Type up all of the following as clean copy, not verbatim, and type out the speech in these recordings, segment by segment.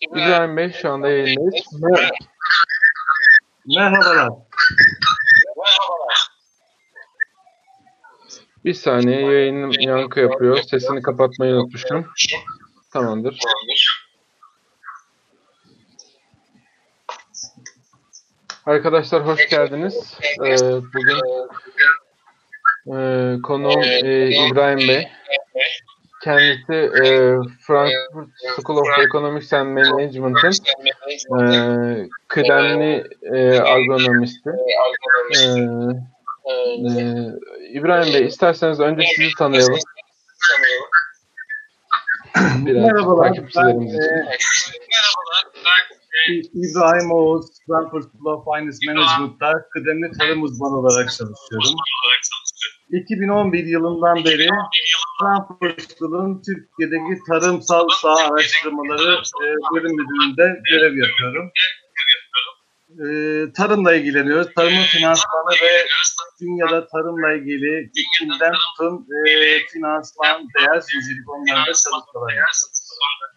İbrahim Bey şu anda yayındayız. Merhabalar. Bir saniye, yayınım yankı yapıyor. Sesini kapatmayı unutmuşum. Tamamdır. Arkadaşlar hoş geldiniz. Bugün konuğum İbrahim Bey. Kendisi Frankfurt School of Economics and Management'ın kıdemli agronomisti. İbrahim Bey, isterseniz önce sizi tanıyalım. Merhabalar. İbrahim Oğuz, Frankfurt School of Finance Management'ta kıdemli tarım uzmanı olarak çalışıyorum. 2011 yılından beri Frankfurt School'un Türkiye'deki tarımsal saha araştırmaları bölüm müdürlüğünde görev yapıyorum. Tarımla ilgileniyoruz. Tarımın finansmanı ve dünyada tarımla ilgili iklimden tutun finansman, değer zinciri konularında çalışmalar yapıyoruz.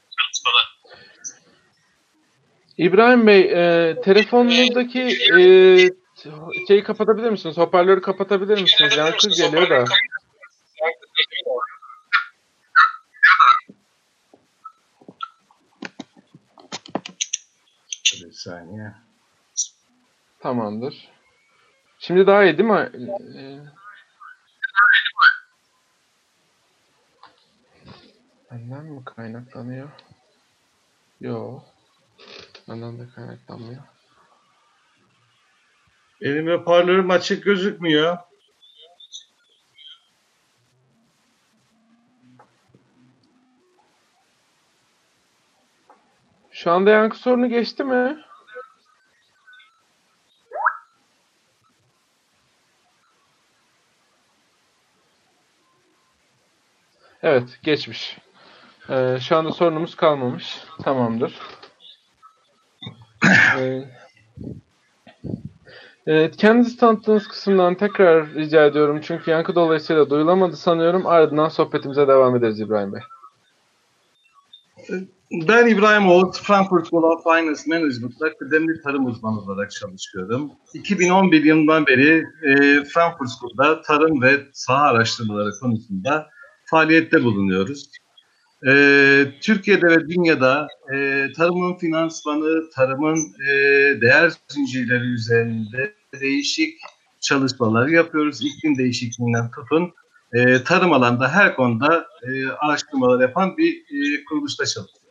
İbrahim Bey, telefonunuzdaki şeyi kapatabilir misiniz? Hoparlörü kapatabilir misiniz? Yankı geliyor da. Bir saniye. Tamamdır. Şimdi daha iyi değil mi? Benden mi kaynaklanıyor? Yok. Benden de kaynaklanmıyor. Benim hoparlörüm açık gözükmüyor. Şu anda yankı sorunu geçti mi? Evet, geçmiş. Şu anda sorunumuz kalmamış. Tamamdır. Evet, kendinizi tanıttığınız kısımdan tekrar rica ediyorum. Çünkü yankı dolayısıyla duyulamadı sanıyorum. Ardından sohbetimize devam ederiz İbrahim Bey. Ben İbrahim Oğuz, Frankfurt School of Finance Management'ta kıdemli tarım uzmanı olarak çalışıyorum. 2011 yılından beri Frankfurt School'da tarım ve saha araştırmaları konusunda faaliyette bulunuyoruz. Türkiye'de ve dünyada tarımın finansmanı, tarımın değer zincirleri üzerinde değişik çalışmaları yapıyoruz. İklim değişikliğinden tutun, tarım alanında her konuda araştırmalar yapan bir kuruluşta çalışıyoruz.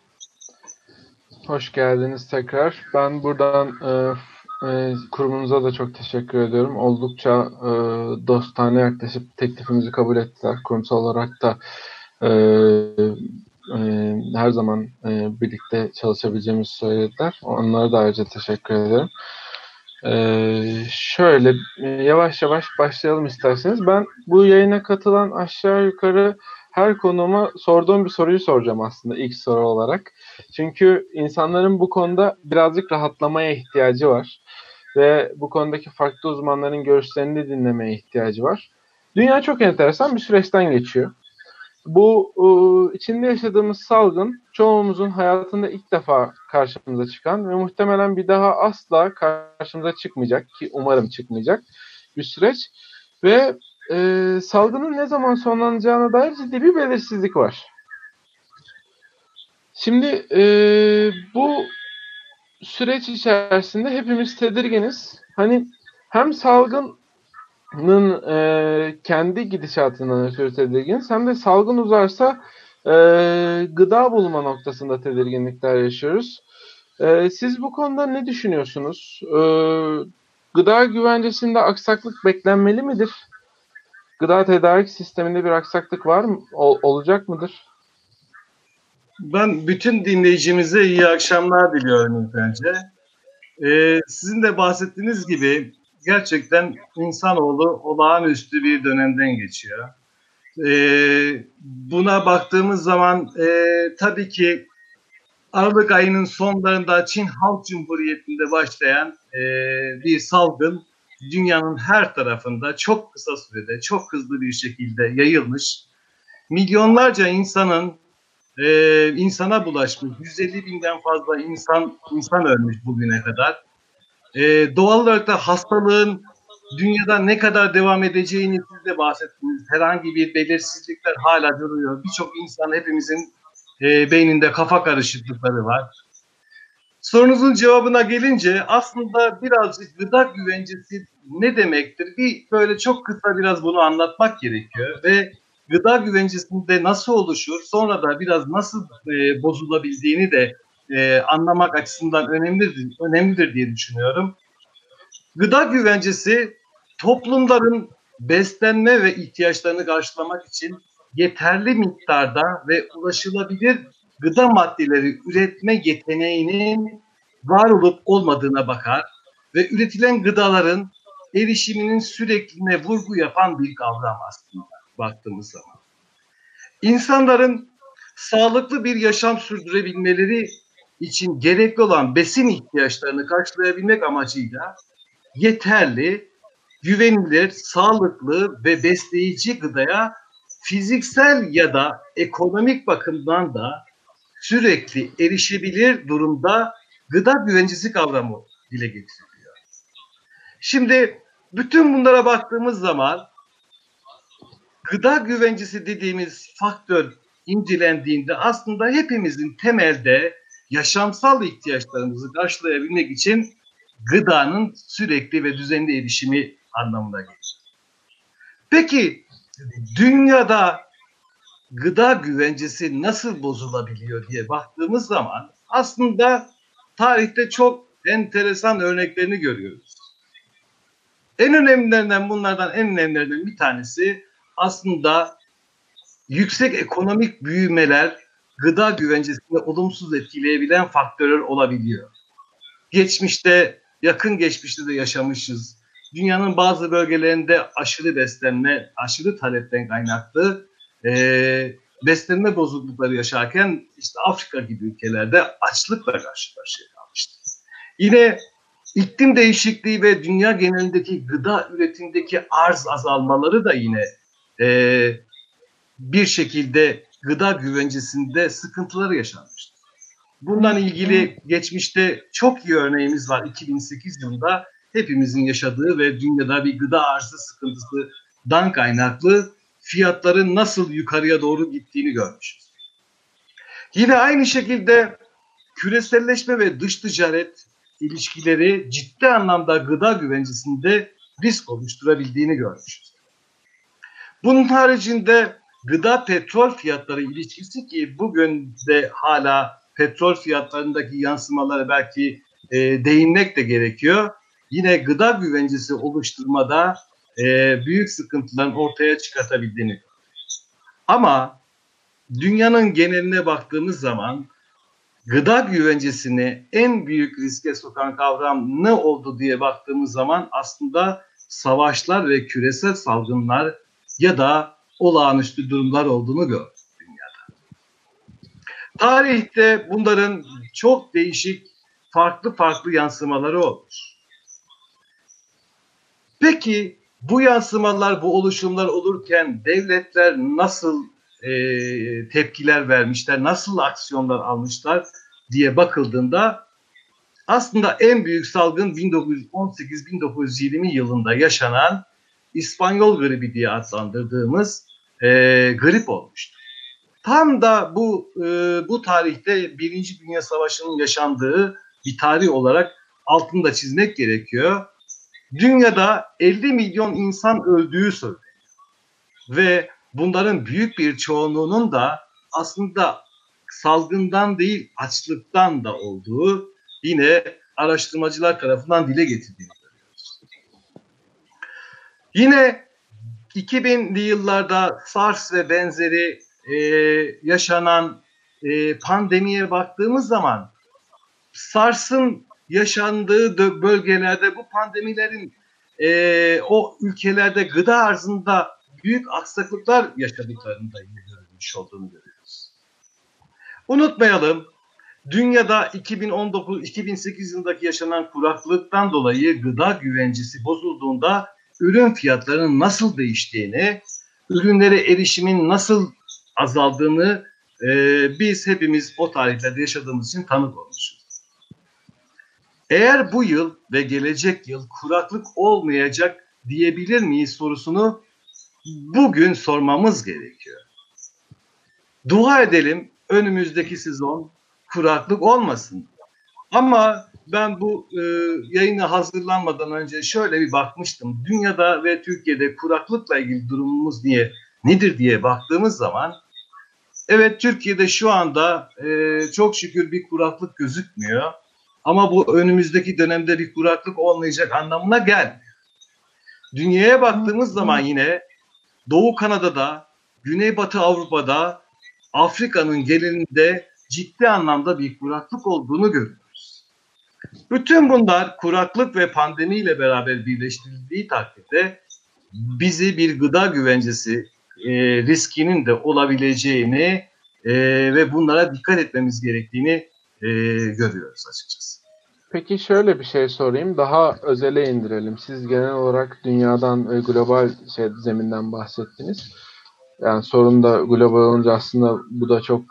Hoş geldiniz tekrar. Ben buradan kurumunuza da çok teşekkür ediyorum. Oldukça dostane yaklaşıp teklifimizi kabul ettiler. Kurumsal olarak da her zaman birlikte çalışabileceğimizi söylediler. Onlara da ayrıca teşekkür ederim. Şöyle yavaş yavaş başlayalım isterseniz. Ben bu yayına katılan aşağı yukarı her konuma sorduğum bir soruyu soracağım aslında ilk soru olarak. Çünkü insanların bu konuda birazcık rahatlamaya ihtiyacı var. Ve bu konudaki farklı uzmanların görüşlerini dinlemeye ihtiyacı var. Dünya çok enteresan bir süreçten geçiyor. Bu içinde yaşadığımız salgın çoğumuzun hayatında ilk defa karşımıza çıkan ve muhtemelen bir daha asla karşımıza çıkmayacak ki umarım çıkmayacak bir süreç ve salgının ne zaman sonlanacağına dair ciddi bir belirsizlik var. Şimdi bu süreç içerisinde hepimiz tedirginiz. Hani hem salgının kendi gidişatından ötürü tedirginiz hem de salgın uzarsa gıda bulma noktasında tedirginlikler yaşıyoruz. Siz bu konuda ne düşünüyorsunuz? Gıda güvencesinde aksaklık beklenmeli midir? Gıda tedarik sisteminde bir aksaklık var mı? Olacak mıdır? Ben bütün dinleyicimize iyi akşamlar diliyorum ilk önce. Sizin de bahsettiğiniz gibi gerçekten insanoğlu olağanüstü bir dönemden geçiyor. Buna baktığımız zaman tabii ki Aralık ayının sonlarında Çin Halk Cumhuriyeti'nde başlayan bir salgın dünyanın her tarafında çok kısa sürede, çok hızlı bir şekilde yayılmış. Milyonlarca insanın insana bulaşmış. 150 binden fazla insan ölmüş bugüne kadar. Doğal olarak da hastalığın dünyada ne kadar devam edeceğini siz de bahsettiniz. Herhangi bir belirsizlikler hala duruyor. Birçok insan, hepimizin beyninde kafa karışıklıkları var. Sorunuzun cevabına gelince aslında birazcık gıda güvencesi ne demektir? Bir böyle çok kısa biraz bunu anlatmak gerekiyor ve gıda güvencesinde nasıl oluşur, sonra da biraz nasıl bozulabildiğini de anlamak açısından önemlidir diye düşünüyorum. Gıda güvencesi toplumların beslenme ve ihtiyaçlarını karşılamak için yeterli miktarda ve ulaşılabilir gıda maddeleri üretme yeteneğinin var olup olmadığına bakar ve üretilen gıdaların erişiminin sürekliliğine vurgu yapan bir kavram aslında baktığımız zaman. İnsanların sağlıklı bir yaşam sürdürebilmeleri için gerekli olan besin ihtiyaçlarını karşılayabilmek amacıyla yeterli, güvenilir, sağlıklı ve besleyici gıdaya fiziksel ya da ekonomik bakımdan da sürekli erişebilir durumda gıda güvencesi kavramı dile getiriliyor. Şimdi bütün bunlara baktığımız zaman gıda güvencesi dediğimiz faktör incelendiğinde aslında hepimizin temelde yaşamsal ihtiyaçlarımızı karşılayabilmek için gıdanın sürekli ve düzenli erişimi anlamına gelir. Peki dünyada gıda güvencesi nasıl bozulabiliyor diye baktığımız zaman aslında tarihte çok enteresan örneklerini görüyoruz. Bunlardan en önemlilerinden bir tanesi aslında yüksek ekonomik büyümeler gıda güvencesini olumsuz etkileyebilen faktörler olabiliyor. Yakın geçmişte de yaşamışız. Dünyanın bazı bölgelerinde aşırı beslenme, aşırı talepten kaynaklı beslenme bozuklukları yaşarken işte Afrika gibi ülkelerde açlıkla karşı karşıya kalmıştı. Yine iklim değişikliği ve dünya genelindeki gıda üretimindeki arz azalmaları da yine bir şekilde gıda güvencesinde sıkıntıları yaşanmıştı. Bundan ilgili geçmişte çok iyi örneğimiz var. 2008 yılında hepimizin yaşadığı ve dünyada bir gıda arzı sıkıntısından kaynaklı fiyatların nasıl yukarıya doğru gittiğini görmüşüz. Yine aynı şekilde küreselleşme ve dış ticaret ilişkileri ciddi anlamda gıda güvencesinde risk oluşturabildiğini görmüşüz. Bunun haricinde gıda petrol fiyatları ilişkisi ki bugün de hala petrol fiyatlarındaki yansımalara belki değinmek de gerekiyor. Yine gıda güvencesi oluşturmada büyük sıkıntıların ortaya çıkartabildiğini görüyoruz. Ama dünyanın geneline baktığımız zaman gıda güvencesini en büyük riske sokan kavram ne oldu diye baktığımız zaman aslında savaşlar ve küresel salgınlar ya da olağanüstü durumlar olduğunu gördük dünyada. Tarihte bunların çok değişik farklı yansımaları olmuş. Peki bu yansımalar, bu oluşumlar olurken devletler nasıl tepkiler vermişler, nasıl aksiyonlar almışlar diye bakıldığında aslında en büyük salgın 1918-1920 yılında yaşanan İspanyol gribi diye adlandırdığımız grip olmuştu. Tam da bu tarihte Birinci Dünya Savaşı'nın yaşandığı bir tarih olarak altını da çizmek gerekiyor. Dünyada 50 milyon insan öldüğü söyleniyor. Ve bunların büyük bir çoğunluğunun da aslında salgından değil açlıktan da olduğu yine araştırmacılar tarafından dile getirildiğini görüyoruz. Yine 2000'li yıllarda SARS ve benzeri yaşanan pandemiye baktığımız zaman SARS'ın yaşandığı bölgelerde bu pandemilerin o ülkelerde gıda arzında büyük aksaklıklar yaşadıklarını da görülmüş olduğunu görüyoruz. Unutmayalım, dünyada 2019-2008 yılındaki yaşanan kuraklıktan dolayı gıda güvencesi bozulduğunda ürün fiyatlarının nasıl değiştiğini, ürünlere erişimin nasıl azaldığını biz hepimiz o tarihlerde yaşadığımız için tanık olmuşuz. Eğer bu yıl ve gelecek yıl kuraklık olmayacak diyebilir miyiz sorusunu bugün sormamız gerekiyor. Dua edelim önümüzdeki sezon kuraklık olmasın. Ama ben bu yayına hazırlanmadan önce şöyle bir bakmıştım. Dünyada ve Türkiye'de kuraklıkla ilgili durumumuz nedir diye baktığımız zaman evet, Türkiye'de şu anda çok şükür bir kuraklık gözükmüyor. Ama bu önümüzdeki dönemde bir kuraklık olmayacak anlamına gelmiyor. Dünyaya baktığımız zaman yine Doğu Kanada'da, Güneybatı Avrupa'da, Afrika'nın genelinde ciddi anlamda bir kuraklık olduğunu görüyoruz. Bütün bunlar kuraklık ve pandemiyle beraber birleştirildiği takdirde bizi bir gıda güvencesi riskinin de olabileceğini ve bunlara dikkat etmemiz gerektiğini görüyoruz açıkçası. Peki şöyle bir şey sorayım, daha özele indirelim. Siz genel olarak dünyadan, global zeminden bahsettiniz. Yani sorun da global olunca aslında bu da çok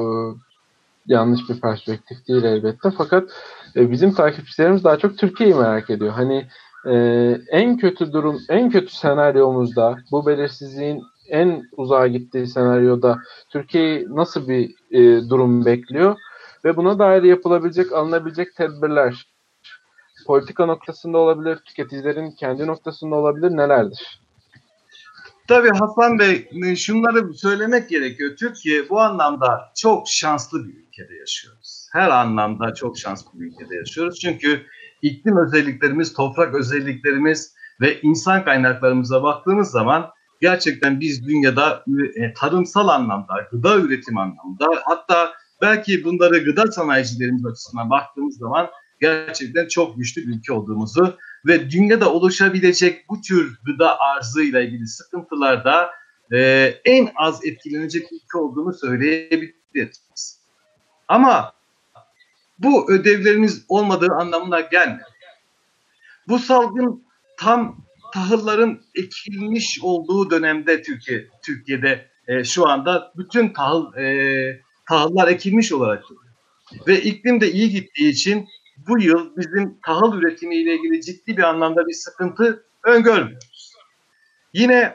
yanlış bir perspektif değil elbette. Fakat bizim takipçilerimiz daha çok Türkiye'yi merak ediyor. Hani en kötü durum, en kötü senaryomuzda, bu belirsizliğin en uzağa gittiği senaryoda Türkiye'yi nasıl bir durum bekliyor? Ve buna dair yapılabilecek, alınabilecek tedbirler politika noktasında olabilir, tüketicilerin kendi noktasında olabilir, nelerdir? Tabii Hasan Bey, şunları söylemek gerekiyor. Türkiye bu anlamda çok şanslı bir ülkede yaşıyoruz. Her anlamda çok şanslı bir ülkede yaşıyoruz. Çünkü iklim özelliklerimiz, toprak özelliklerimiz ve insan kaynaklarımıza baktığımız zaman gerçekten biz dünyada tarımsal anlamda, gıda üretim anlamında, hatta belki bunları gıda sanayicilerimiz açısından baktığımız zaman gerçekten çok güçlü bir ülke olduğumuzu ve dünyada oluşabilecek bu tür gıda arzıyla ilgili sıkıntılarda en az etkilenecek ülke olduğunu söyleyebiliriz. Ama bu ödevlerimiz olmadığı anlamına gelmiyor. Bu salgın tam tahılların ekilmiş olduğu dönemde Türkiye'de şu anda bütün tahıllar ekilmiş olarak duruyor. Ve iklim de iyi gittiği için bu yıl bizim tahıl üretimiyle ilgili ciddi bir anlamda bir sıkıntı öngörmüyoruz. Yine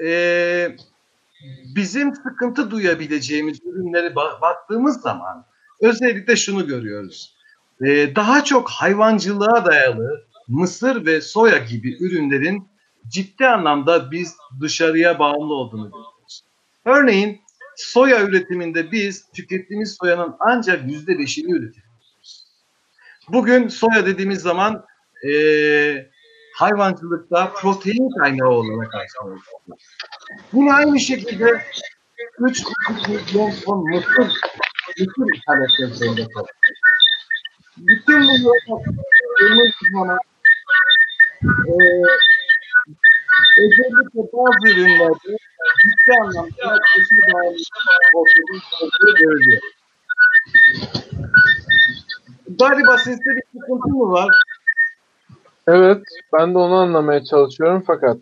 bizim sıkıntı duyabileceğimiz ürünlere baktığımız zaman özellikle şunu görüyoruz. Daha çok hayvancılığa dayalı mısır ve soya gibi ürünlerin ciddi anlamda biz dışarıya bağımlı olduğunu görüyoruz. Örneğin soya üretiminde biz tükettiğimiz soyanın ancak %5'ini üretiyoruz. Bugün soya dediğimiz zaman hayvancılıkta protein kaynağı olarak karşılanıyor. Yine aynı şekilde 3 milyon ton mısır ithal etmek zorunda kalıyor. Bütün bunlara baktığımız zaman özellikle bazı ürünlerde ciddi anlamda eşe bağımlılık ortadan görülüyor. Galiba sizde bir sıkıntı mı var? Evet, ben de onu anlamaya çalışıyorum fakat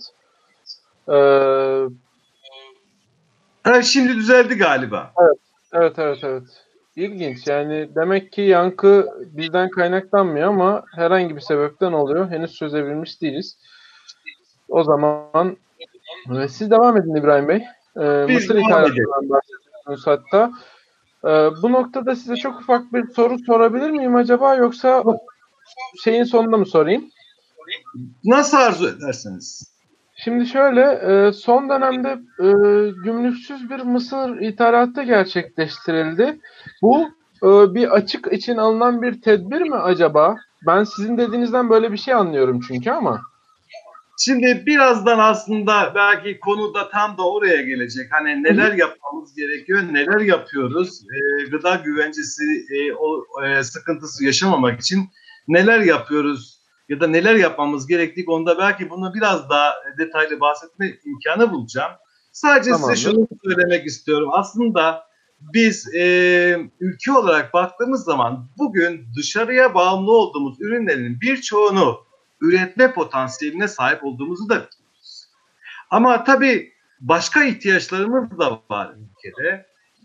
şimdi düzeldi galiba. Evet. İlginç. Yani demek ki yankı bizden kaynaklanmıyor ama herhangi bir sebepten oluyor. Henüz çözebilmiş değiliz. O zaman siz devam edin İbrahim Bey. Mısır ithalatından bahsediyorsunuz hatta. Bu noktada size çok ufak bir soru sorabilir miyim acaba, yoksa şeyin sonunda mı sorayım? Nasıl arzu ederseniz. Şimdi şöyle, son dönemde gümrüksüz bir mısır ithalatı gerçekleştirildi. Bu bir açık için alınan bir tedbir mi acaba? Ben sizin dediğinizden böyle bir şey anlıyorum çünkü ama. Şimdi birazdan aslında belki konu da tam da oraya gelecek. Hani neler yapmamız gerekiyor, neler yapıyoruz? Gıda güvencesi sıkıntısı yaşamamak için neler yapıyoruz ya da neler yapmamız gerektiği konuda belki bunu biraz daha detaylı bahsetme imkanı bulacağım. Sadece size şunu söylemek istiyorum. Aslında biz ülke olarak baktığımız zaman bugün dışarıya bağımlı olduğumuz ürünlerin birçoğunu üretme potansiyeline sahip olduğumuzu da biliyoruz. Ama tabii başka ihtiyaçlarımız da var ülkede.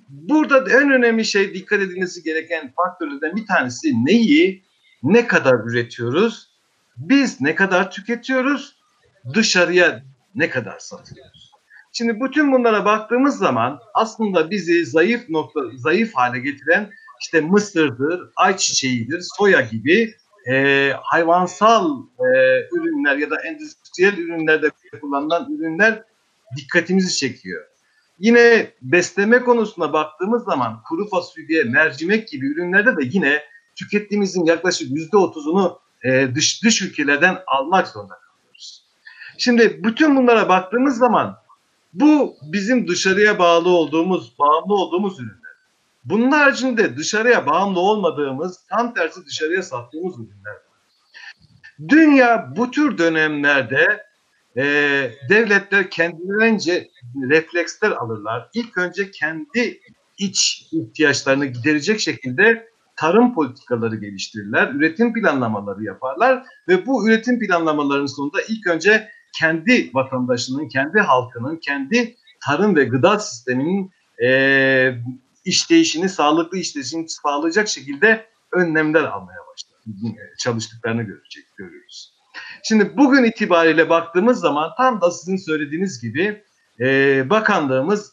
Burada en önemli şey, dikkat edilmesi gereken faktörlerden bir tanesi, neyi ne kadar üretiyoruz, biz ne kadar tüketiyoruz, dışarıya ne kadar satıyoruz. Şimdi bütün bunlara baktığımız zaman aslında bizi zayıf hale getiren işte mısırdır, ayçiçeğidir, soya gibi hayvansal ürünler ya da endüstriyel ürünlerde kullanılan ürünler dikkatimizi çekiyor. Yine besleme konusuna baktığımız zaman kuru fasulye, mercimek gibi ürünlerde de yine tükettiğimizin yaklaşık %30'unu dış ülkelerden almak zorunda kalıyoruz. Şimdi bütün bunlara baktığımız zaman bu bizim dışarıya bağımlı olduğumuz ürünler. Bunun haricinde dışarıya bağımlı olmadığımız, tam tersi dışarıya sattığımız ürünler. Dünya bu tür dönemlerde devletler kendilerince refleksler alırlar. İlk önce kendi iç ihtiyaçlarını giderecek şekilde tarım politikaları geliştirirler, üretim planlamaları yaparlar ve bu üretim planlamalarının sonunda ilk önce kendi vatandaşının, kendi halkının, kendi tarım ve gıda sisteminin işleyişini, sağlıklı işleyişini sağlayacak şekilde önlemler almaya çalıştıklarını görüyoruz. Şimdi bugün itibariyle baktığımız zaman tam da sizin söylediğiniz gibi bakanlığımız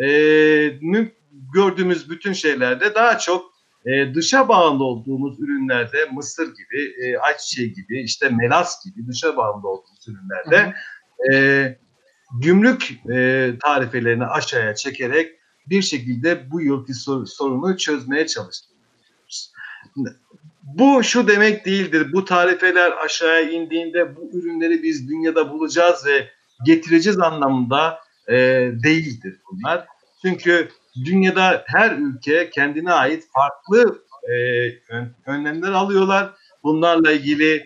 gördüğümüz bütün şeylerde daha çok dışa bağımlı olduğumuz ürünlerde, mısır gibi, ayçiçeği gibi, işte melas gibi dışa bağımlı olduğumuz ürünlerde gümrük tarifelerini aşağıya çekerek bir şekilde bu yılki sorunu çözmeye çalışıyoruz. Bu şu demek değildir. Bu tarifeler aşağıya indiğinde bu ürünleri biz dünyada bulacağız ve getireceğiz anlamında değildir bunlar. Çünkü dünyada her ülke kendine ait farklı önlemler alıyorlar. Bunlarla ilgili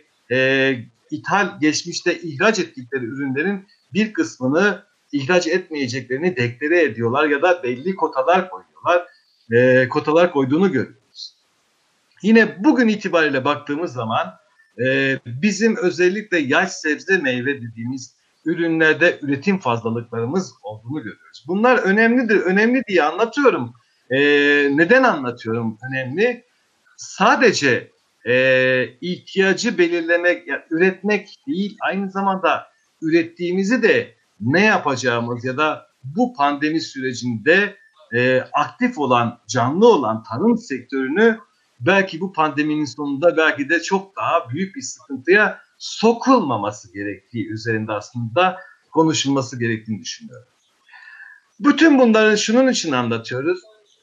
geçmişte ihraç ettikleri ürünlerin bir kısmını ihraç etmeyeceklerini deklare ediyorlar ya da belli kotalar koyuyorlar. Kotalar koyduğunu görüyoruz. Yine bugün itibariyle baktığımız zaman bizim özellikle yaş sebze meyve dediğimiz ürünlerde üretim fazlalıklarımız olduğunu görüyoruz. Bunlar önemlidir. Önemli diye anlatıyorum. Neden anlatıyorum önemli? Sadece ihtiyacı belirlemek, yani üretmek değil, aynı zamanda ürettiğimizi de ne yapacağımız ya da bu pandemi sürecinde aktif olan, canlı olan tarım sektörünü belki bu pandeminin sonunda belki de çok daha büyük bir sıkıntıya sokulmaması gerektiği üzerinde aslında konuşulması gerektiğini düşünüyorum. Bütün bunları şunun için anlatıyoruz.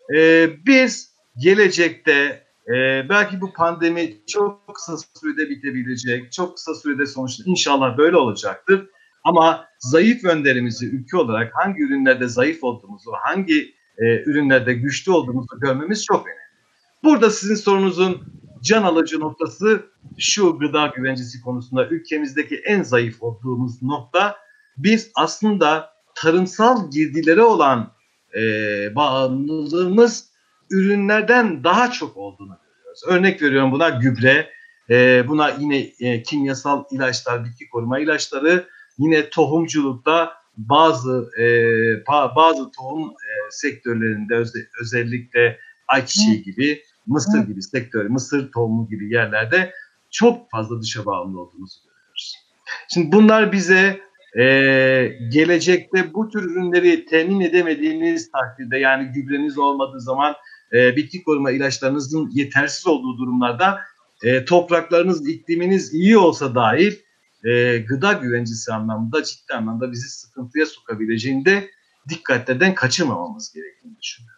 Biz gelecekte belki bu pandemi çok kısa sürede bitebilecek, çok kısa sürede sonuçta inşallah böyle olacaktır. Ama zayıf yönlerimizi ülke olarak hangi ürünlerde zayıf olduğumuzu, hangi ürünlerde güçlü olduğumuzu görmemiz çok önemli. Burada sizin sorunuzun can alıcı noktası şu: gıda güvencesi konusunda ülkemizdeki en zayıf olduğumuz nokta, biz aslında tarımsal girdilere olan bağımlılığımız ürünlerden daha çok olduğunu görüyoruz. Örnek veriyorum, buna gübre, buna yine kimyasal ilaçlar, bitki koruma ilaçları, yine tohumculukta bazı tohum sektörlerinde özellikle ayçiçeği gibi, mısır gibi sektör, mısır tohumu gibi yerlerde çok fazla dışa bağımlı olduğumuzu görüyoruz. Şimdi bunlar bize gelecekte bu tür ürünleri temin edemediğiniz takdirde, yani gübreniz olmadığı zaman, bitki koruma ilaçlarınızın yetersiz olduğu durumlarda topraklarınız, ikliminiz iyi olsa dahil gıda güvencesi anlamında, ciddi anlamda bizi sıkıntıya sokabileceğini de dikkatlerden kaçırmamamız gerektiğini düşünüyorum.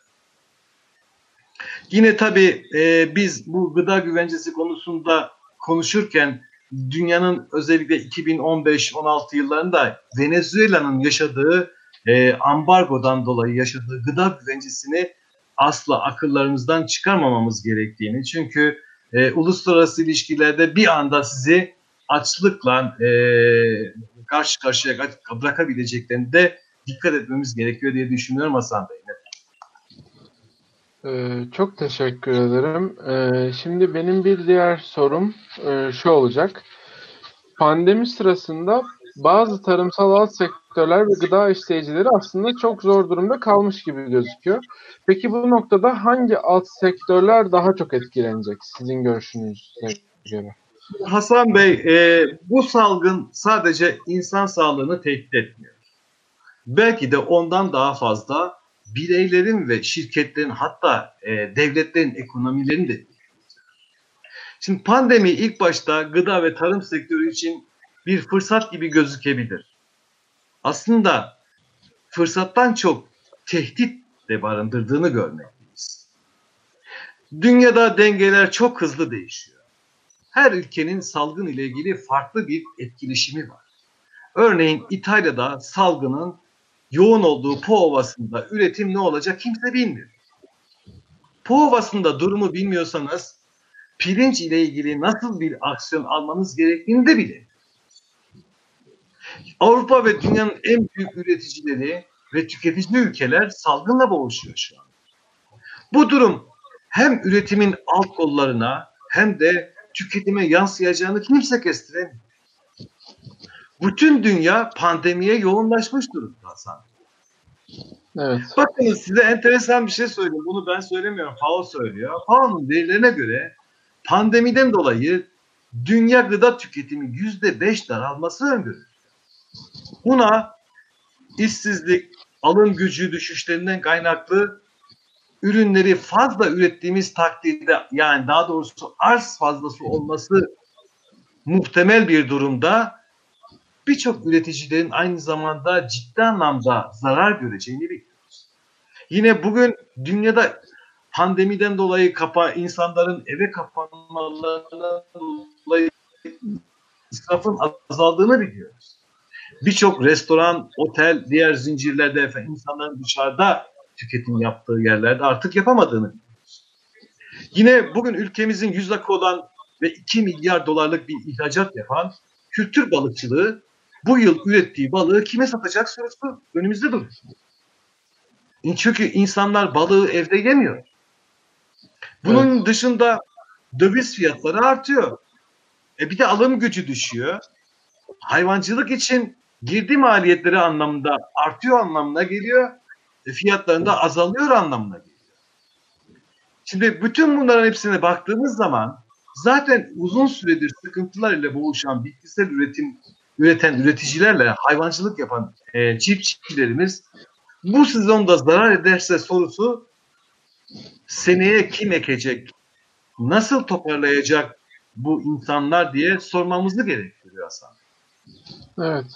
Yine tabii biz bu gıda güvencesi konusunda konuşurken dünyanın özellikle 2015-16 yıllarında Venezuela'nın yaşadığı ambargodan dolayı yaşadığı gıda güvencesini asla akıllarımızdan çıkarmamamız gerektiğini, çünkü uluslararası ilişkilerde bir anda sizi açlıkla karşı karşıya bırakabileceklerini de dikkat etmemiz gerekiyor diye düşünüyorum Hasan Bey. Çok teşekkür ederim. Şimdi benim bir diğer sorum şu olacak. Pandemi sırasında bazı tarımsal alt sektörler ve gıda işleyicileri aslında çok zor durumda kalmış gibi gözüküyor. Peki bu noktada hangi alt sektörler daha çok etkilenecek sizin görüşünüze göre? Hasan Bey, bu salgın sadece insan sağlığını tehdit etmiyor. Belki de ondan daha fazla bireylerin ve şirketlerin, hatta devletlerin ekonomilerini de. Şimdi pandemi ilk başta gıda ve tarım sektörü için bir fırsat gibi gözükebilir. Aslında fırsattan çok tehdit de barındırdığını görmekteyiz. Dünyada dengeler çok hızlı değişiyor. Her ülkenin salgın ile ilgili farklı bir etkileşimi var. Örneğin İtalya'da salgının yoğun olduğu Po Ovası'nda üretim ne olacak kimse bilmiyor. Po Ovası'nda durumu bilmiyorsanız pirinç ile ilgili nasıl bir aksiyon almanız gerektiğini de bilin. Avrupa ve dünyanın en büyük üreticileri ve tüketici ülkeler salgınla boğuşuyor şu an. Bu durum hem üretimin alt kollarına hem de tüketime yansıyacağını kimse kestiremiyor. Bütün dünya pandemiye yoğunlaşmış durumda Hasan. Evet. Bakın size enteresan bir şey söyleyeyim. Bunu ben söylemiyorum. FAO söylüyor. FAO'nun verilerine göre pandemiden dolayı dünya gıda tüketimi %5 daralması öngörülüyor. Buna işsizlik, alım gücü düşüşlerinden kaynaklı ürünleri fazla ürettiğimiz takdirde, yani daha doğrusu arz fazlası olması muhtemel bir durumda birçok üreticilerin aynı zamanda ciddi anlamda zarar göreceğini bekliyoruz. Yine bugün dünyada pandemiden dolayı insanların eve kapanmalarından dolayı israfın azaldığını biliyoruz. Birçok restoran, otel, diğer zincirlerde insanların dışarıda tüketim yaptığı yerlerde artık yapamadığını biliyoruz. Yine bugün ülkemizin %100'ü olan ve 2 milyar dolarlık bir ihracat yapan kültür balıkçılığı bu yıl ürettiği balığı kime satacak sorusu önümüzde duruyor. Çünkü insanlar balığı evde yemiyor. Bunun dışında döviz fiyatları artıyor. Bir de alım gücü düşüyor. Hayvancılık için girdi maliyetleri anlamında artıyor anlamına geliyor. Fiyatlarında azalıyor anlamına geliyor. Şimdi bütün bunların hepsine baktığımız zaman zaten uzun süredir sıkıntılar ile boğuşan bitkisel üreten üreticilerle hayvancılık yapan çiftçilerimiz bu sezonda zarar ederse sorusu seneye kim ekecek, nasıl toparlayacak bu insanlar diye sormamızı gerektiriyor Hasan. Evet.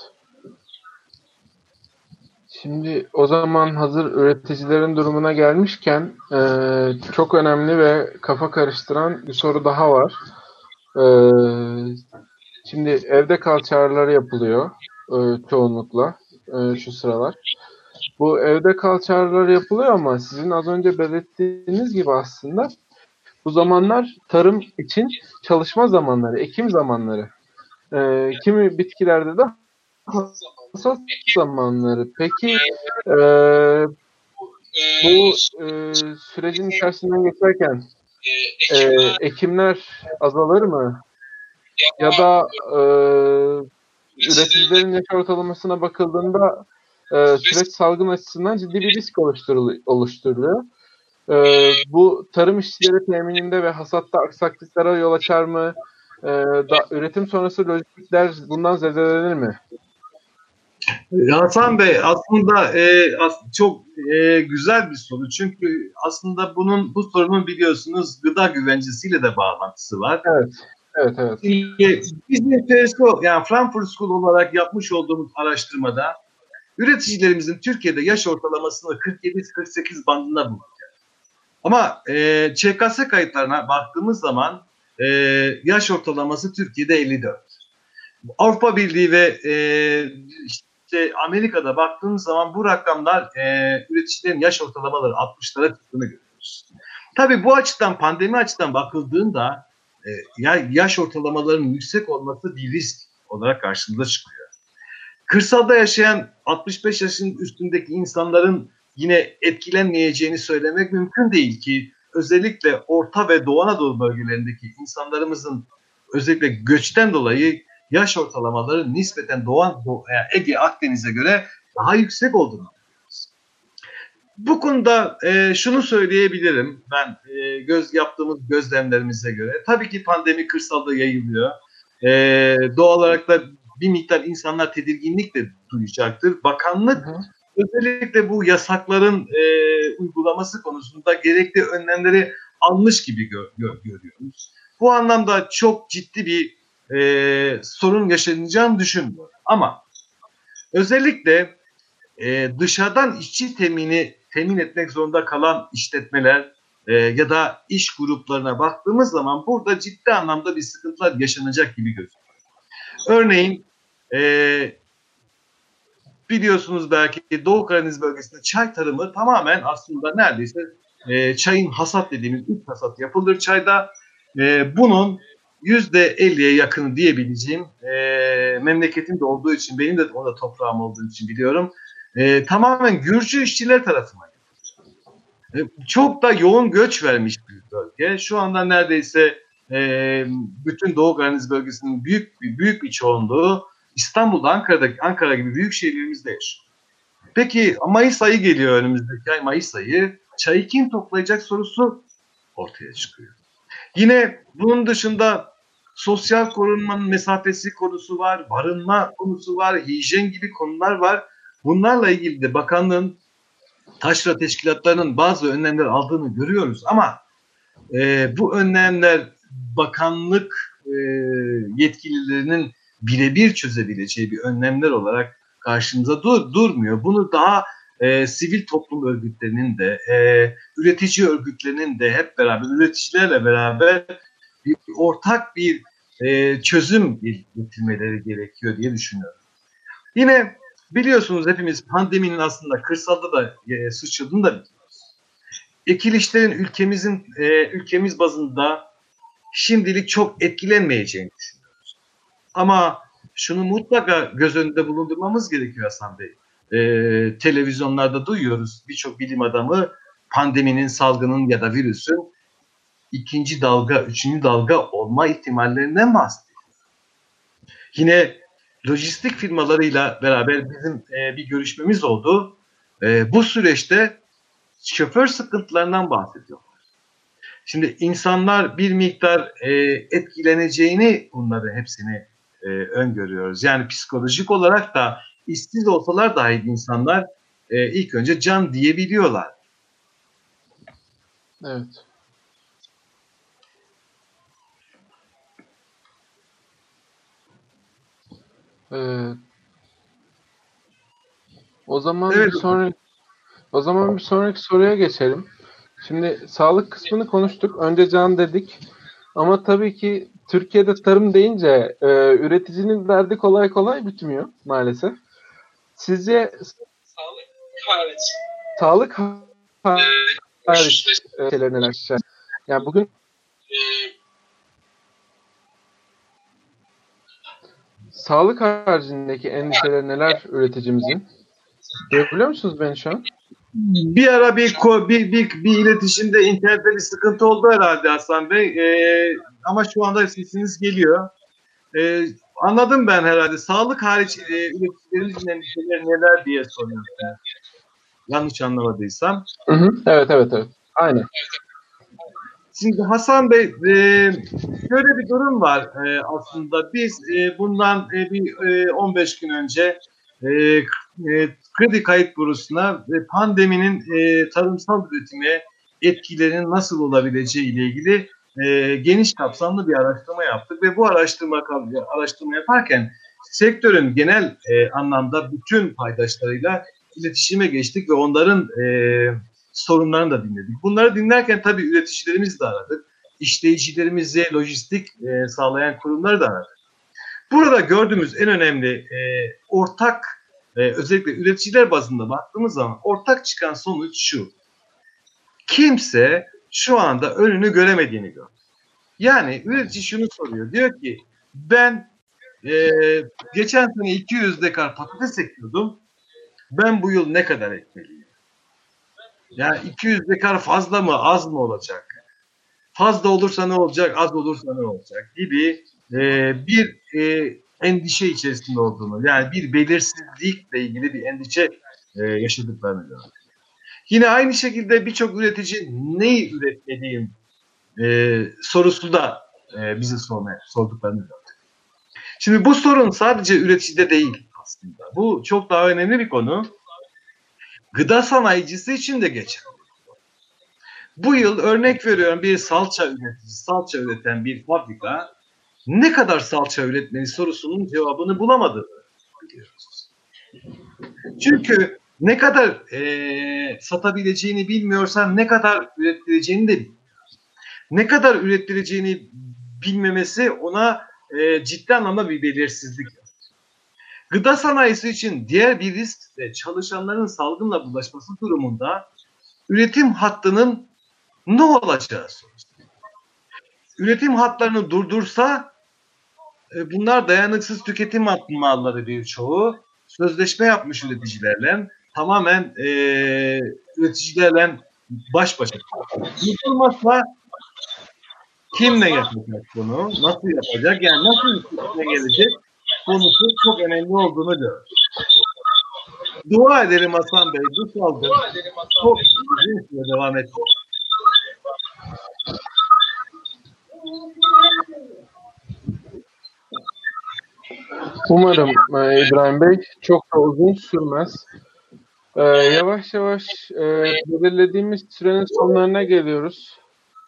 Şimdi o zaman hazır üreticilerin durumuna gelmişken çok önemli ve kafa karıştıran bir soru daha var. Şimdi evde kal çağrıları yapılıyor çoğunlukla şu sıralar. Bu evde kal çağrıları yapılıyor ama sizin az önce belirttiğiniz gibi aslında bu zamanlar tarım için çalışma zamanları, ekim zamanları. Kimi bitkilerde de hasat zamanları. Peki bu sürecin içerisinden geçerken ekimler azalır mı? Ya da üreticilerin yaş ortalamasına bakıldığında süreç salgın açısından ciddi bir risk oluşturuluyor. Bu tarım işçileri temininde ve hasatta aksaklıklara yol açar mı? Üretim sonrası lojistikler bundan zedelenir mi? Hasan Bey aslında çok güzel bir soru. Çünkü aslında bu sorunun biliyorsunuz gıda güvencesiyle de bağlantısı var. Evet. Bizim TSO, yani Frankfurt School olarak yapmış olduğumuz araştırmada üreticilerimizin Türkiye'de yaş ortalamasını 47-48 bandında bulduk. Ama ÇKS kayıtlarına baktığımız zaman yaş ortalaması Türkiye'de 54. Avrupa Birliği ve Amerika'da baktığımız zaman bu rakamlar üreticilerin yaş ortalamaları 60'lara çıktığını görüyoruz. Tabii bu açıdan, pandemi açıdan bakıldığında yaş ortalamalarının yüksek olması bir risk olarak karşımıza çıkıyor. Kırsalda yaşayan 65 yaşın üstündeki insanların yine etkilenmeyeceğini söylemek mümkün değil ki özellikle Orta ve Doğu Anadolu bölgelerindeki insanlarımızın özellikle göçten dolayı yaş ortalamaları nispeten yani Ege, Akdeniz'e göre daha yüksek olduğunu anlıyoruz. Bu konuda şunu söyleyebilirim ben yaptığımız gözlemlerimize göre. Tabii ki pandemi kırsalda yayılıyor. Doğal olarak da bir miktar insanlar tedirginlik de duyacaktır. Bakanlık özellikle bu yasakların uygulaması konusunda gerekli önlemleri almış gibi görüyoruz. Bu anlamda çok ciddi bir sorun yaşanacağını düşünmüyorum. Ama özellikle dışarıdan işçi temin etmek zorunda kalan işletmeler ya da iş gruplarına baktığımız zaman burada ciddi anlamda bir sıkıntılar yaşanacak gibi gözüküyor. Örneğin biliyorsunuz belki Doğu Karadeniz bölgesinde çay tarımı tamamen aslında neredeyse çayın hasat dediğimiz ilk hasat yapılır çayda. Bunun %50'ye yakını diyebileceğim memleketimde olduğu için, benim de orada toprağım olduğu için biliyorum. Tamamen Gürcü işçiler tarafından. Çok da yoğun göç vermiş bir bölge. Şu anda neredeyse bütün Doğu Karadeniz bölgesinin büyük bir çoğunluğu İstanbul'da, Ankara gibi büyük şehirlerimizde yaşıyor. Peki Mayıs ayı geliyor, önümüzdeki ay Mayıs ayı. Çayı kim toplayacak sorusu ortaya çıkıyor. Yine bunun dışında sosyal korunmanın mesafesi konusu var, barınma konusu var, hijyen gibi konular var. Bunlarla ilgili de bakanlığın, taşra teşkilatlarının bazı önlemler aldığını görüyoruz ama bu önlemler bakanlık yetkililerinin birebir çözebileceği bir önlemler olarak karşımıza durmuyor. Bunu daha sivil toplum örgütlerinin de, üretici örgütlerinin de hep beraber, üreticilerle beraber ortak bir çözüm getirmeleri gerekiyor diye düşünüyorum. Yine biliyorsunuz hepimiz pandeminin aslında kırsalda da sıçradığını da biliyoruz. Ekilişlerin ülkemiz bazında şimdilik çok etkilenmeyeceğini düşünüyoruz. Ama şunu mutlaka göz önünde bulundurmamız gerekiyor Hasan Bey. Televizyonlarda duyuyoruz birçok bilim adamı pandeminin, salgının ya da virüsün ikinci dalga, üçüncü dalga olma ihtimallerinden bahsediyor. Yine lojistik firmalarıyla beraber bizim bir görüşmemiz oldu. Bu süreçte şoför sıkıntılarından bahsediyorlar. Şimdi insanlar bir miktar etkileneceğini, bunları hepsini öngörüyoruz. Yani psikolojik olarak da işsiz olsalar dahi insanlar ilk önce can diyebiliyorlar. Evet. O zaman Evet. bir sonraki soruya geçelim. Şimdi sağlık kısmını konuştuk. Önce can dedik. Ama tabii ki Türkiye'de tarım deyince üreticinin derdi kolay kolay bitmiyor maalesef. Sizce sağlık hariç şeyler neler? Yani bugün sağlık haricindeki endişeler neler üreticimizin? Duyabiliyor musunuz beni şu an? Bir ara bir iletişimde, internette bir sıkıntı oldu herhalde Hasan Bey. Ama şu anda sesiniz geliyor. Anladım ben herhalde. Sağlık hariç üreticilerimizin endişeleri neler diye soruyorsunuz. Yanlış anlamadıysam. Evet. Aynen. Şimdi Hasan Bey, şöyle bir durum var aslında. Biz bundan bir 15 gün önce Kredi Kayıt Bürosu'na pandeminin tarımsal üretime etkilerinin nasıl olabileceği ile ilgili geniş kapsamlı bir araştırma yaptık ve bu araştırma yaparken sektörün genel anlamda bütün paydaşlarıyla iletişime geçtik ve onların sorunlarını da dinledik. Bunları dinlerken tabii üreticilerimizi de aradık. İşleyicilerimizi, lojistik sağlayan kurumları da aradık. Burada gördüğümüz en önemli ortak, özellikle üreticiler bazında baktığımız zaman ortak çıkan sonuç şu. Kimse şu anda önünü göremediğini gördü. Yani üretici şunu soruyor. Diyor ki ben geçen sene 200 dekar patates ekiyordum. Ben bu yıl ne kadar ekmeliyim? Yani 200 dekar fazla mı, az mı olacak? Fazla olursa ne olacak, az olursa ne olacak gibi bir endişe içerisinde olduğunu, yani bir belirsizlikle ilgili bir endişe yaşadıklarını gördük. Yine aynı şekilde birçok üretici neyi üretmediğim sorusu da bize sorduklarını gördük. Şimdi bu sorun sadece üreticide değil aslında. Bu çok daha önemli bir konu. Gıda sanayicisi için de geçerli. Bu yıl örnek veriyorum, bir salça üreticisi, salça üreten bir fabrika ne kadar salça üretmeli sorusunun cevabını bulamadı biliyoruz. Çünkü ne kadar satabileceğini bilmiyorsan ne kadar ürettireceğini de bilmiyor. Ne kadar ürettireceğini bilmemesi ona ciddi anlamda bir belirsizlik. Gıda sanayisi için diğer bir risk de çalışanların salgınla bulaşması durumunda üretim hattının ne olacağı sorusu. Üretim hatlarını durdursa bunlar dayanıksız tüketim malları birçoğu. Sözleşme yapmış üreticilerle, tamamen üreticilerle baş başa. Durdurmazsa kimle yapacak bunu? Nasıl yapacak? Yani nasıl üstüne gelecek? Konusu çok önemli olduğunu görüyoruz. Dua ederim Hasan Bey, bu salgın çok uzun süre devam edecek. Umarım İbrahim Bey çok da uzun sürmez. Yavaş yavaş belirlediğimiz sürenin sonlarına geliyoruz.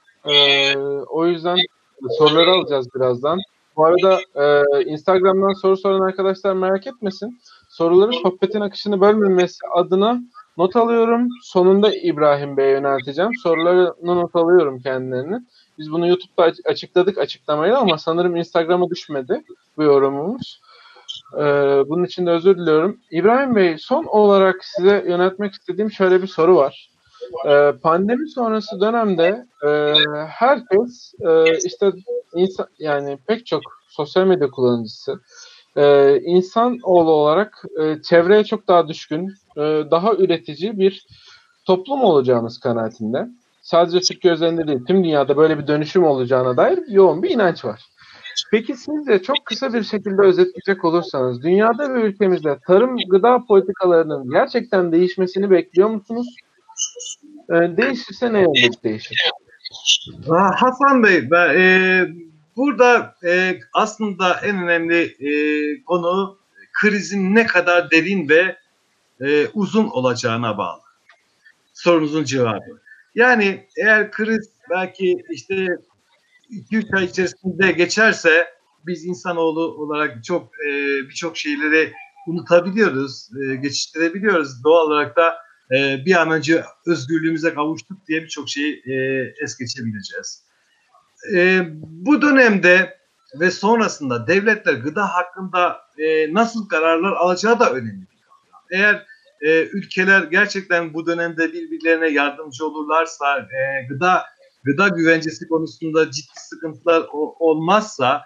O yüzden soruları alacağız birazdan. Bu arada Instagram'dan soru soran arkadaşlar merak etmesin. Soruları sohbetin akışını bölmemesi adına not alıyorum. Sonunda İbrahim Bey'e yönelteceğim. Sorularını not alıyorum kendilerini. Biz bunu YouTube'da açıkladık açıklamayı ama sanırım Instagram'a düşmedi bu yorumumuz. Bunun için de özür diliyorum. İbrahim Bey, son olarak size yöneltmek istediğim şöyle bir soru var. Pandemi sonrası dönemde herkes işte yani pek çok sosyal medya kullanıcısı insanoğlu olarak çevreye çok daha düşkün, daha üretici bir toplum olacağımız kanaatinde. Sadece Türkiye özelinde değil, tüm dünyada böyle bir dönüşüm olacağına dair yoğun bir inanç var. Peki sizce çok kısa bir şekilde özetleyecek olursanız dünyada ve ülkemizde tarım gıda politikalarının gerçekten değişmesini bekliyor musunuz? Değişirse ne yönde değişir? Hasan Bey, burada aslında en önemli konu krizin ne kadar derin ve uzun olacağına bağlı. Sorunuzun cevabı. Yani eğer kriz belki işte 2-3 ay içerisinde geçerse biz insanoğlu olarak çok birçok şeyleri unutabiliyoruz, geçiştirebiliyoruz. Doğal olarak da bir an önce özgürlüğümüze kavuştuk diye birçok şeyi es geçebileceğiz. Bu dönemde ve sonrasında devletler gıda hakkında nasıl kararlar alacağı da önemli. Eğer ülkeler gerçekten bu dönemde birbirlerine yardımcı olurlarsa, gıda güvencesi konusunda ciddi sıkıntılar olmazsa,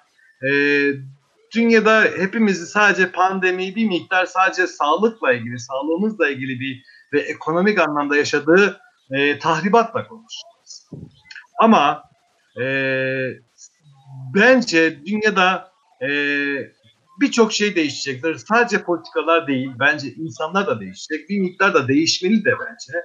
dünyada hepimizi sadece pandemiyi bir miktar sadece sağlıkla ilgili, sağlığımızla ilgili ve ekonomik anlamda yaşadığı tahribatla konuşacağız. Ama bence dünyada birçok şey değişecektir. Sadece politikalar değil, bence insanlar da değişecek. Bir miktar da değişmeli de bence.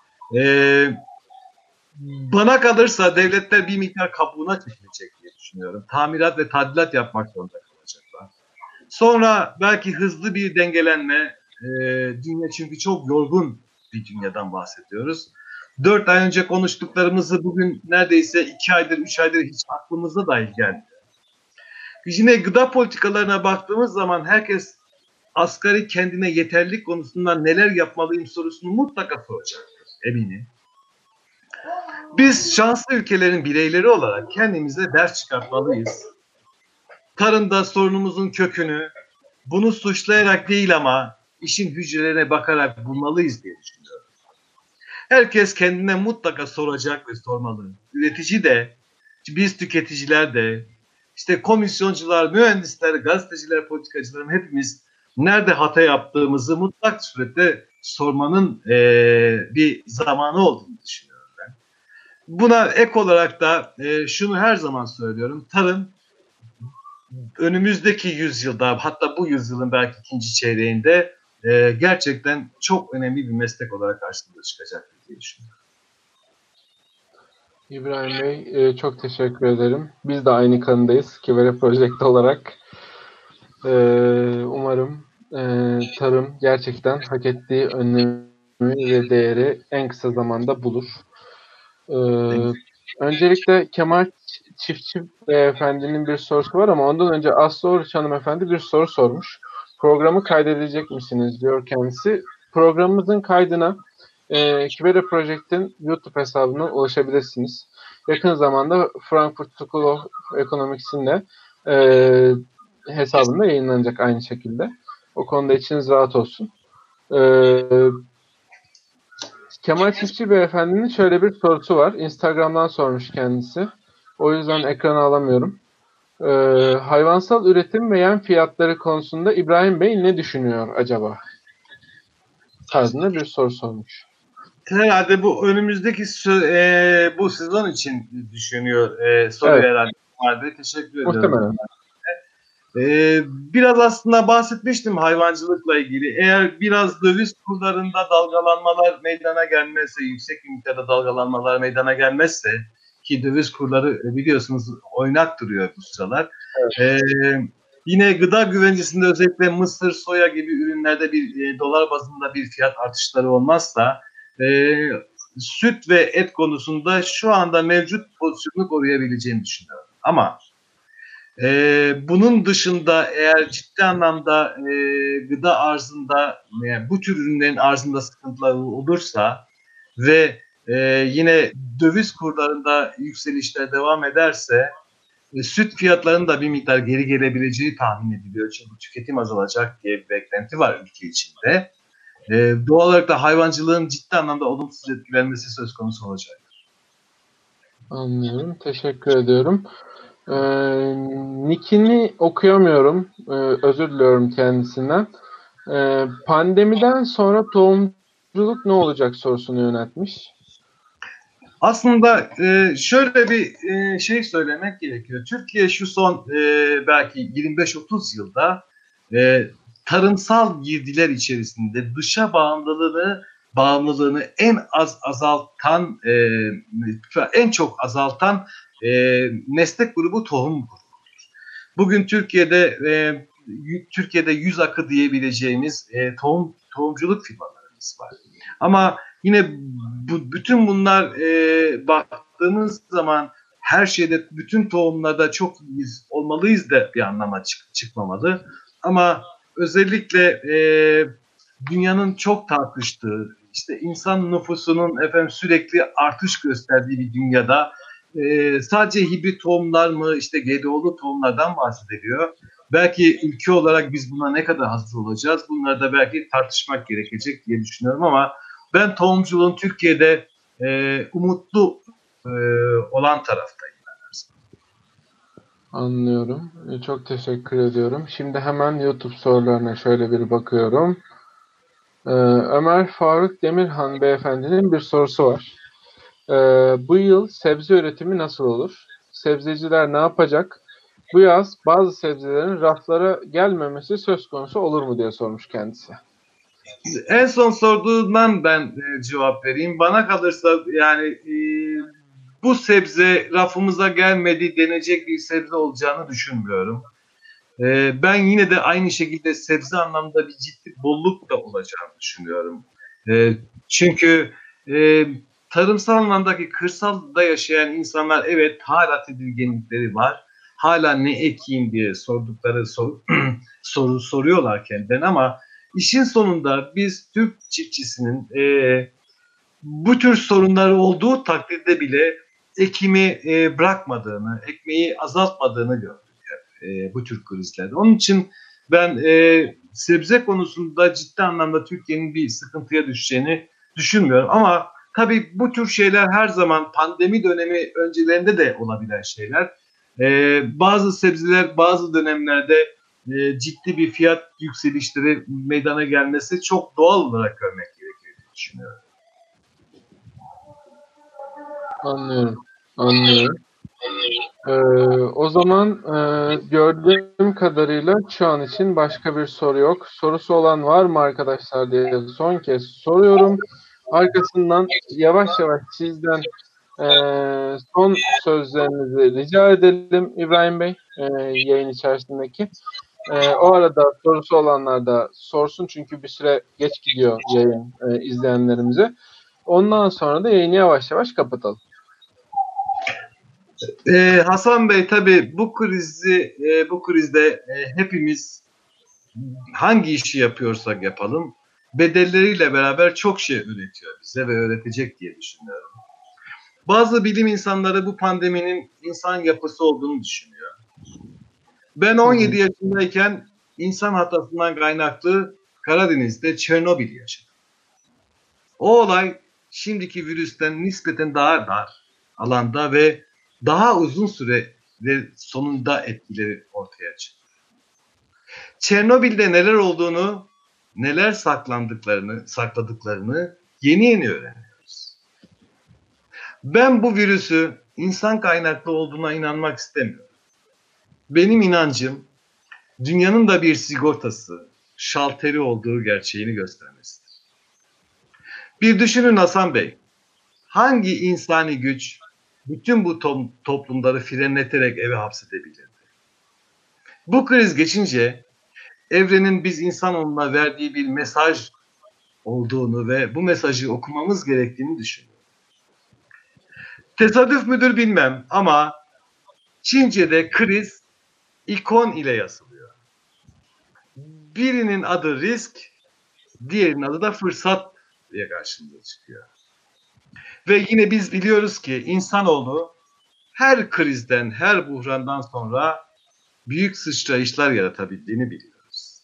Bana kalırsa devletler bir miktar kabuğuna çekilecek diye düşünüyorum. Tamirat ve tadilat yapmak zorunda kalacaklar. Sonra belki hızlı bir dengelenme, dünya çünkü çok yorgun bir dünyadan bahsediyoruz. 4 ay önce konuştuklarımızı bugün neredeyse 2 aydır, 3 aydır hiç aklımıza dahi gelmiyor. Yine gıda politikalarına baktığımız zaman herkes asgari kendine yeterlilik konusunda neler yapmalıyım sorusunu mutlaka soracaktır, eminim. Biz şanslı ülkelerin bireyleri olarak kendimize ders çıkartmalıyız. Tarımda sorunumuzun kökünü bunu suçlayarak değil ama işin hücrelerine bakarak bulmalıyız diye düşünüyorum. Herkes kendine mutlaka soracak ve sormalı. Üretici de, biz tüketiciler de, işte komisyoncular, mühendisler, gazeteciler, politikacılar hepimiz nerede hata yaptığımızı mutlak surette sormanın bir zamanı olduğunu düşünüyorum ben. Buna ek olarak da şunu her zaman söylüyorum. Tarım önümüzdeki yüzyılda, hatta bu yüzyılın belki ikinci çeyreğinde gerçekten çok önemli bir meslek olarak karşımıza çıkacak diye düşünüyorum. İbrahim Bey, çok teşekkür ederim. Biz de aynı kanıdayız Kivere Project olarak. Umarım tarım gerçekten hak ettiği önemi ve değeri en kısa zamanda bulur. Öncelikle Kemal Çiftçi Beyefendi'nin bir sorusu var ama ondan önce Aslı Oruç Hanımefendi bir soru sormuş. Programı kaydedecek misiniz diyor kendisi. Programımızın kaydına Kivere Project'in YouTube hesabına ulaşabilirsiniz. Yakın zamanda Frankfurt School of Economics'in de hesabında yayınlanacak aynı şekilde. O konuda içiniz rahat olsun. Kemal Çiftçi Beyefendi'nin şöyle bir sorusu var. Instagram'dan sormuş kendisi. O yüzden ekrana alamıyorum. Hayvansal üretim ve yem fiyatları konusunda İbrahim Bey ne düşünüyor acaba? Tarzında bir soru sormuş. Herhalde bu önümüzdeki bu sezon için düşünüyor soruyu Evet. herhalde. Teşekkür ediyorum. Muhtemelen. Biraz aslında bahsetmiştim hayvancılıkla ilgili. Eğer biraz döviz kurlarında dalgalanmalar meydana gelmezse, yüksek miktarda dalgalanmalar meydana gelmezse, ki döviz kurları biliyorsunuz oynak duruyor bu sıralar. Evet. Yine gıda güvencesinde özellikle mısır, soya gibi ürünlerde bir dolar bazında bir fiyat artışları olmazsa süt ve et konusunda şu anda mevcut pozisyonunu koruyabileceğini düşünüyorum. Ama bunun dışında eğer ciddi anlamda gıda arzında, yani bu tür ürünlerin arzında sıkıntılar olursa ve yine döviz kurlarında yükselişler devam ederse süt fiyatlarının da bir miktar geri gelebileceği tahmin ediliyor. Çünkü tüketim azalacak diye bir beklenti var ülke içinde. Doğal olarak da hayvancılığın ciddi anlamda olumsuz etkilenmesi söz konusu olacaktır. Anlıyorum. Teşekkür ediyorum. Nick'ini okuyamıyorum. Özür diliyorum kendisinden. Pandemiden sonra tohumculuk ne olacak sorusunu yöneltmiş. Aslında şöyle bir şey söylemek gerekiyor. Türkiye şu son belki 25-30 yılda tarımsal girdiler içerisinde dışa bağımlılığını en az azaltan, en çok azaltan meslek grubu tohum grubudur. Bugün Türkiye'de 100 akı diyebileceğimiz tohumculuk firmalarımız var. Ama yine bütün bunlar baktığımız zaman her şeyde, bütün tohumlarda çok iyiyiz, olmalıyız da bir anlama çıkmamalı. Ama özellikle dünyanın çok tartıştığı, işte insan nüfusunun sürekli artış gösterdiği bir dünyada sadece hibrit tohumlar mı, işte GDO'lu tohumlardan bahsediliyor. Belki ülke olarak biz buna ne kadar hazır olacağız? Bunları da belki tartışmak gerekecek diye düşünüyorum ama ben tohumculuğun Türkiye'de umutlu olan taraftayım. Anlıyorum. Çok teşekkür ediyorum. Şimdi hemen YouTube sorularına şöyle bir bakıyorum. Ömer Faruk Demirhan beyefendinin bir sorusu var. Bu yıl sebze üretimi nasıl olur? Sebzeciler ne yapacak? Bu yaz bazı sebzelerin raflara gelmemesi söz konusu olur mu diye sormuş kendisi. En son sorduğundan ben cevap vereyim. Bana kalırsa yani bu sebze rafımıza gelmedi denecek bir sebze olacağını düşünmüyorum. Ben yine de aynı şekilde sebze anlamda bir ciddi bolluk da olacağını düşünüyorum. Çünkü tarımsal anlamdaki kırsalda yaşayan insanlar evet hala tedirginlikleri var. Hala ne ekeyim diye sordukları soru soruyorlar kendilerine ama işin sonunda biz Türk çiftçisinin bu tür sorunları olduğu takdirde bile ekimi bırakmadığını, ekmeği azaltmadığını gördük bu tür krizlerde. Onun için ben sebze konusunda ciddi anlamda Türkiye'nin bir sıkıntıya düşeceğini düşünmüyorum. Ama tabii bu tür şeyler her zaman pandemi dönemi öncelerinde de olabilen şeyler. Bazı sebzeler bazı dönemlerde ciddi bir fiyat yükselişleri meydana gelmesi çok doğal olarak görmek gerekiyor diye düşünüyorum. Anlıyorum. O zaman gördüğüm kadarıyla şu an için başka bir soru yok. Sorusu olan var mı arkadaşlar diye son kez soruyorum. Arkasından yavaş yavaş sizden son sözlerinizi rica edelim İbrahim Bey, yayın içerisindeki. O arada sorusu olanlar da sorsun çünkü bir süre geç gidiyor yayın izleyenlerimize. Ondan sonra da yayını yavaş yavaş kapatalım. Hasan Bey, tabii bu krizde hepimiz hangi işi yapıyorsak yapalım bedelleriyle beraber çok şey öğretiyor bize ve öğretecek diye düşünüyorum. Bazı bilim insanları bu pandeminin insan yapısı olduğunu düşünüyor. Ben 17 yaşındayken insan hatasından kaynaklı Karadeniz'de Çernobil yaşadım. O olay şimdiki virüsten nispeten daha dar alanda ve daha uzun süre ve sonunda etkileri ortaya çıktı. Çernobil'de neler olduğunu, neler sakladıklarını yeni öğreniyoruz. Ben bu virüsü insan kaynaklı olduğuna inanmak istemiyorum. Benim inancım dünyanın da bir sigortası, şalteri olduğu gerçeğini göstermesidir. Bir düşünün Hasan Bey, hangi insani güç bütün bu toplumları frenleterek eve hapsedebilirdi? Bu kriz geçince evrenin biz insanoğluna verdiği bir mesaj olduğunu ve bu mesajı okumamız gerektiğini düşünüyorum. Tesadüf müdür bilmem ama Çince'de kriz ikon ile yazılıyor. Birinin adı risk, diğerinin adı da fırsat diye karşımıza çıkıyor. Ve yine biz biliyoruz ki insanoğlu her krizden, her buhrandan sonra büyük sıçrayışlar yaratabildiğini biliyoruz.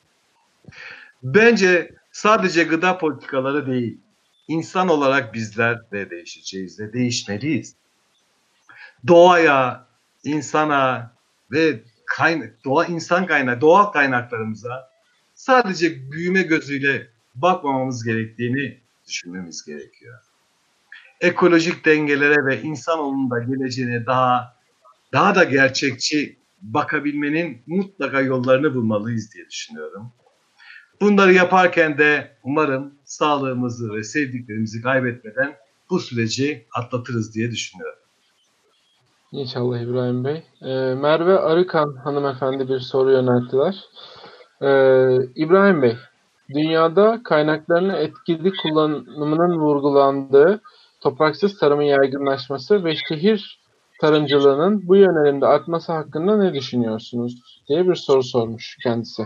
Bence sadece gıda politikaları değil, insan olarak bizler de değişeceğiz ve değişmeliyiz. Doğaya, insana ve doğal kaynaklarımıza sadece büyüme gözüyle bakmamamız gerektiğini düşünmemiz gerekiyor. Ekolojik dengelere ve insanoğlunun da geleceğine daha da gerçekçi bakabilmenin mutlaka yollarını bulmalıyız diye düşünüyorum. Bunları yaparken de umarım sağlığımızı ve sevdiklerimizi kaybetmeden bu süreci atlatırız diye düşünüyorum. İnşallah İbrahim Bey. Merve Arıkan hanımefendi bir soru yönelttiler. İbrahim Bey, dünyada kaynaklarının etkili kullanımının vurgulandığı topraksız tarımın yaygınlaşması ve şehir tarımcılığının bu yönelimde artması hakkında ne düşünüyorsunuz diye bir soru sormuş kendisi.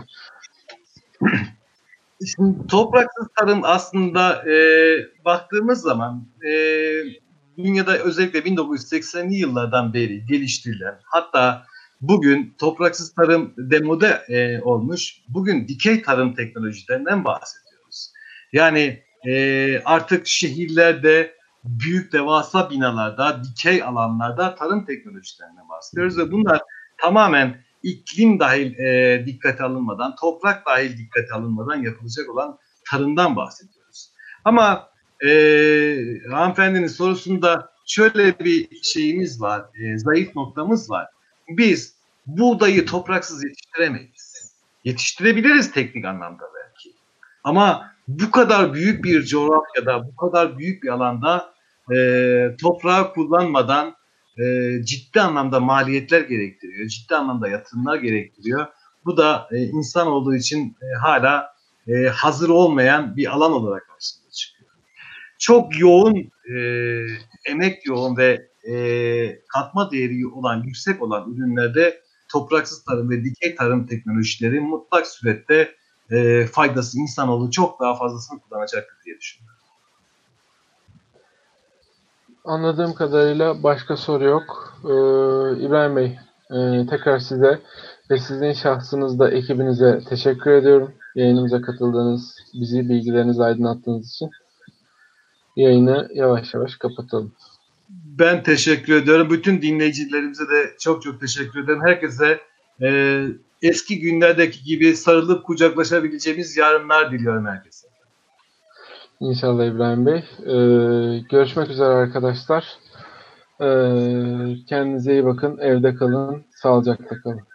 Şimdi topraksız tarım aslında baktığımız zaman dünyada özellikle 1980'li yıllardan beri geliştirilen, hatta bugün topraksız tarım demode olmuş, bugün dikey tarım teknolojilerinden bahsediyoruz. Yani artık şehirlerde büyük devasa binalarda, dikey alanlarda tarım teknolojilerinden bahsediyoruz ve bunlar tamamen iklim dahil dikkate alınmadan, toprak dahil dikkate alınmadan yapılacak olan tarımdan bahsediyoruz. Ama hanımefendinin sorusunda şöyle bir şeyimiz var, zayıf noktamız var. Biz buğdayı topraksız yetiştiremeyiz. Yetiştirebiliriz teknik anlamda belki. Ama bu kadar büyük bir coğrafyada, bu kadar büyük bir alanda toprağı kullanmadan ciddi anlamda maliyetler gerektiriyor, ciddi anlamda yatırımlar gerektiriyor. Bu da insan olduğu için hala hazır olmayan bir alan olarak karşımıza çıkıyor. Çok yoğun, emek yoğun ve katma değeri olan, yüksek olan ürünlerde topraksız tarım ve dikey tarım teknolojileri mutlak surette faydası insanoğlu çok daha fazlasını kullanacaktır diye düşünüyorum. Anladığım kadarıyla başka soru yok. İbrahim Bey, tekrar size ve sizin şahsınızda ekibinize teşekkür ediyorum. Yayınımıza katıldığınız, bizi bilgilerinizle aydınlattığınız için. Yayını yavaş yavaş kapatalım. Ben teşekkür ediyorum. Bütün dinleyicilerimize de çok çok teşekkür ederim. Herkese eski günlerdeki gibi sarılıp kucaklaşabileceğimiz yarınlar diliyorum herkese. İnşallah İbrahim Bey. Görüşmek üzere arkadaşlar. Kendinize iyi bakın. Evde kalın. Sağlıcakla kalın.